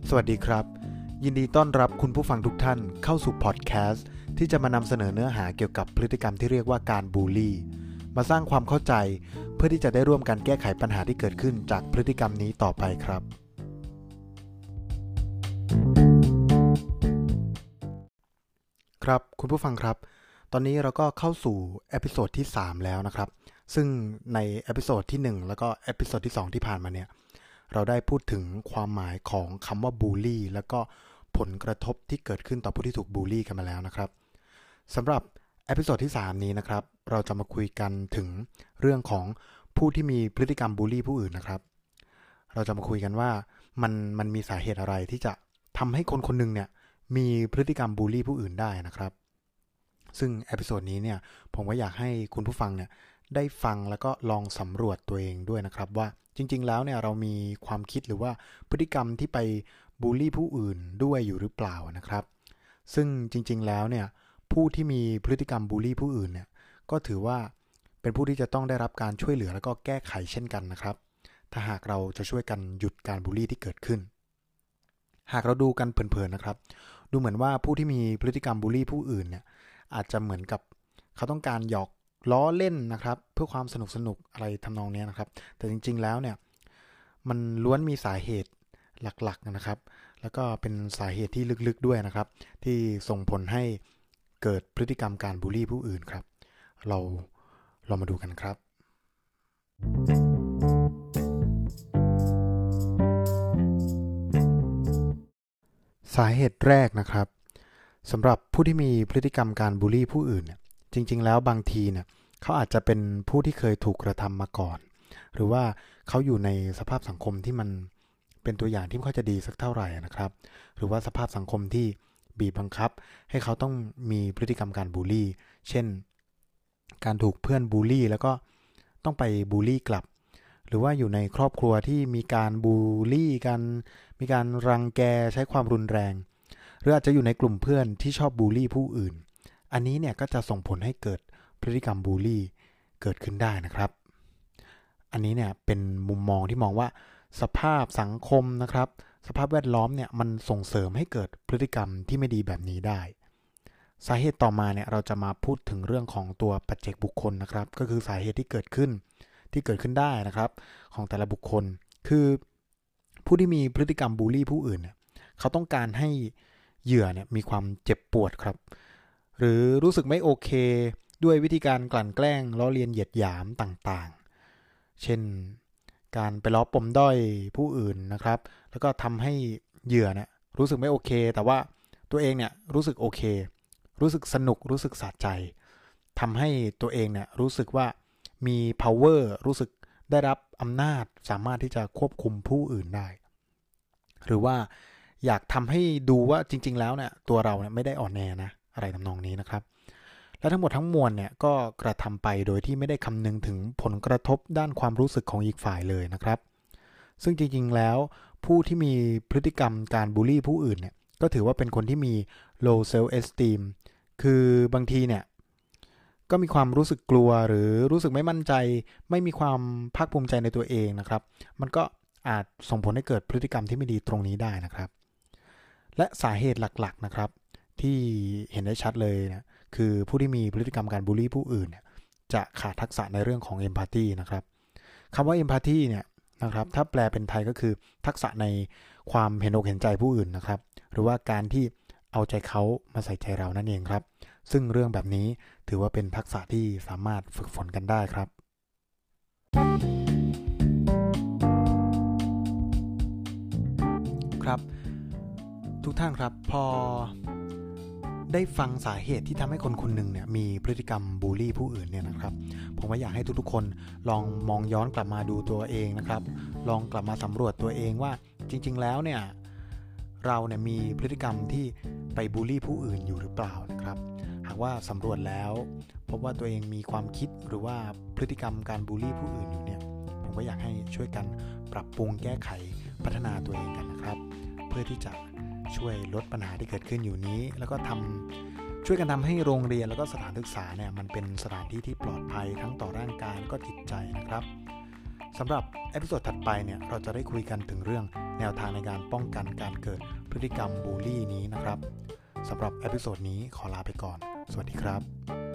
สวัสดีครับยินดีต้อนรับคุณผู้ฟังทุกท่านเข้าสู่พอดแคสต์ที่จะมานำเสนอเนื้อหาเกี่ยวกับพฤติกรรมที่เรียกว่าการบูลลี่มาสร้างความเข้าใจเพื่อที่จะได้ร่วมกันแก้ไขปัญหาที่เกิดขึ้นจากพฤติกรรมนี้ต่อไปครับครับคุณผู้ฟังครับตอนนี้เราก็เข้าสู่เอพิโซดที่3แล้วนะครับซึ่งในเอพิโซดที่1แล้วก็เอพิโซดที่2ที่ผ่านมาเนี่ยเราได้พูดถึงความหมายของคำว่าบูลลี่แล้วก็ผลกระทบที่เกิดขึ้นต่อผู้ที่ถูกบูลลี่กันมาแล้วนะครับสำหรับเอพิโซดที่3นี้นะครับเราจะมาคุยกันถึงเรื่องของผู้ที่มีพฤติกรรมบูลลี่ผู้อื่นนะครับเราจะมาคุยกันว่ามันมีสาเหตุอะไรที่จะทำให้คนคนหนึ่งเนี่ยมีพฤติกรรมบูลลี่ผู้อื่นได้นะครับซึ่งเอพิโซดนี้เนี่ยผมก็อยากให้คุณผู้ฟังเนี่ยได้ฟังแล้วก็ลองสำรวจตัวเองด้วยนะครับว่าจริงๆแล้วเนี่ยเรามีความคิดหรือว่าพฤติกรรมที่ไปบูลลี่ผู้อื่นด้วยอยู่หรือเปล่านะครับซึ่งจริงๆแล้วเนี่ยผู้ที่มีพฤติกรรมบูลลี่ผู้อื่นเนี่ยก็ถือว่าเป็นผู้ที่จะต้องได้รับการช่วยเหลือแล้วก็แก้ไขเช่นกันนะครับถ้าหากเราจะช่วยกันหยุดการบูลลี่ที่เกิดขึ้นหากเราดูกันเพลินๆนะครับดูเหมือนว่าผู้ที่มีพฤติกรรมบูลลี่ผู้อื่นเนี่ยอาจจะเหมือนกับเขาต้องการหยอกล้อเล่นนะครับเพื่อความสนุกอะไรทำนองนี้นะครับแต่จริงๆแล้วเนี่ยมันล้วนมีสาเหตุหลักๆนะครับแล้วก็เป็นสาเหตุที่ลึกๆด้วยนะครับที่ส่งผลให้เกิดพฤติกรรมการบูลลี่ผู้อื่นครับเรามาดูกันครับสาเหตุแรกนะครับสำหรับผู้ที่มีพฤติกรรมการบูลลี่ผู้อื่นเนี่ยจริงๆแล้วบางทีเนี่ยเขาอาจจะเป็นผู้ที่เคยถูกกระทำมาก่อนหรือว่าเขาอยู่ในสภาพสังคมที่มันเป็นตัวอย่างที่ไม่ค่อยจะดีสักเท่าไหร่นะครับหรือว่าสภาพสังคมที่บีบบังคับให้เขาต้องมีพฤติกรรมการบูลลี่เช่นการถูกเพื่อนบูลลี่แล้วก็ต้องไปบูลลี่กลับหรือว่าอยู่ในครอบครัวที่มีการบูลลี่กันมีการรังแกใช้ความรุนแรงหรืออาจจะอยู่ในกลุ่มเพื่อนที่ชอบบูลลี่ผู้อื่นอันนี้เนี่ยก็จะส่งผลให้เกิดพฤติกรรมบูลลี่เกิดขึ้นได้นะครับอันนี้เนี่ยเป็นมุมมองที่มองว่าสภาพสังคมนะครับสภาพแวดล้อมเนี่ยมันส่งเสริมให้เกิดพฤติกรรมที่ไม่ดีแบบนี้ได้สาเหตุต่อมาเนี่ยเราจะมาพูดถึงเรื่องของตัวปัจเจกบุคคลนะครับก็คือสาเหตุที่เกิดขึ้นได้นะครับของแต่ละบุคคลคือผู้ที่มีพฤติกรรมบูลลี่ผู้อื่นเนี่ยเขาต้องการให้เหยื่อเนี่ยมีความเจ็บปวดครับหรือรู้สึกไม่โอเคด้วยวิธีการกลั่นแกล้งล้อเลียนเหยียดหยามต่างๆเช่นการไปล้อปมด้อยผู้อื่นนะครับแล้วก็ทำให้เหยื่อเนี่ยรู้สึกไม่โอเคแต่ว่าตัวเองเนี่ยรู้สึกโอเครู้สึกสนุกรู้สึกสะใจทำให้ตัวเองเนี่ยรู้สึกว่ามี power รู้สึกได้รับอำนาจสามารถที่จะควบคุมผู้อื่นได้หรือว่าอยากทำให้ดูว่าจริงๆแล้วเนี่ยตัวเราเนี่ยไม่ได้อ่อนแอนะอะไรทำนองนี้นะครับและทั้งหมดทั้งมวลเนี่ยก็กระทำไปโดยที่ไม่ได้คำนึงถึงผลกระทบด้านความรู้สึกของอีกฝ่ายเลยนะครับซึ่งจริงๆแล้วผู้ที่มีพฤติกรรมการบูลลี่ผู้อื่นเนี่ยก็ถือว่าเป็นคนที่มี low self esteem คือบางทีเนี่ยก็มีความรู้สึกกลัวหรือรู้สึกไม่มั่นใจไม่มีความภาคภูมิใจในตัวเองนะครับมันก็อาจส่งผลให้เกิดพฤติกรรมที่ไม่ดีตรงนี้ได้นะครับและสาเหตุหลักๆนะครับที่เห็นได้ชัดเลยนะคือผู้ที่มีพฤติกรรมการบูลลี่ผู้อื่นเนี่ยจะขาดทักษะในเรื่องของ empathy นะครับคำว่า empathy เนี่ยนะครับถ้าแปลเป็นไทยก็คือทักษะในความเห็นอกเห็นใจผู้อื่นนะครับหรือว่าการที่เอาใจเขามาใส่ใจเรานั่นเองครับซึ่งเรื่องแบบนี้ถือว่าเป็นทักษะที่สามารถฝึกฝนกันได้ครับครับทุกท่านครับพอได้ฟังสาเหตุที่ทำให้คนคนหนึ่งเนี่ยมีพฤติกรรมบูลลี่ผู้อื่นเนี่ยนะครับผมว่าอยากให้ทุกๆคนลองมองย้อนกลับมาดูตัวเองนะครับลองกลับมาสำรวจตัวเองว่าจริงๆแล้วเนี่ยเราเนี่ยมีพฤติกรรมที่ไปบูลลี่ผู้อื่นอยู่หรือเปล่านะครับหากว่าสำรวจแล้วพบว่าตัวเองมีความคิดหรือว่าพฤติกรรมการบูลลี่ผู้อื่นอยู่เนี่ยผมก็อยากให้ช่วยกันปรับปรุงแก้ไขพัฒนาตัวเองกันนะครับเพื่อที่จะช่วยลดปัญหาที่เกิดขึ้นอยู่นี้แล้วก็ช่วยกันทำให้โรงเรียนแล้วก็สถานศึกษาเนี่ยมันเป็นสถานที่ที่ปลอดภัยทั้งต่อร่างกายและก็จิตใจนะครับสำหรับเอพิโซดถัดไปเนี่ยเราจะได้คุยกันถึงเรื่องแนวทางในการป้องกันการเกิดพฤติกรรมบูลลี่นี้นะครับสำหรับเอพิโซดนี้ขอลาไปก่อนสวัสดีครับ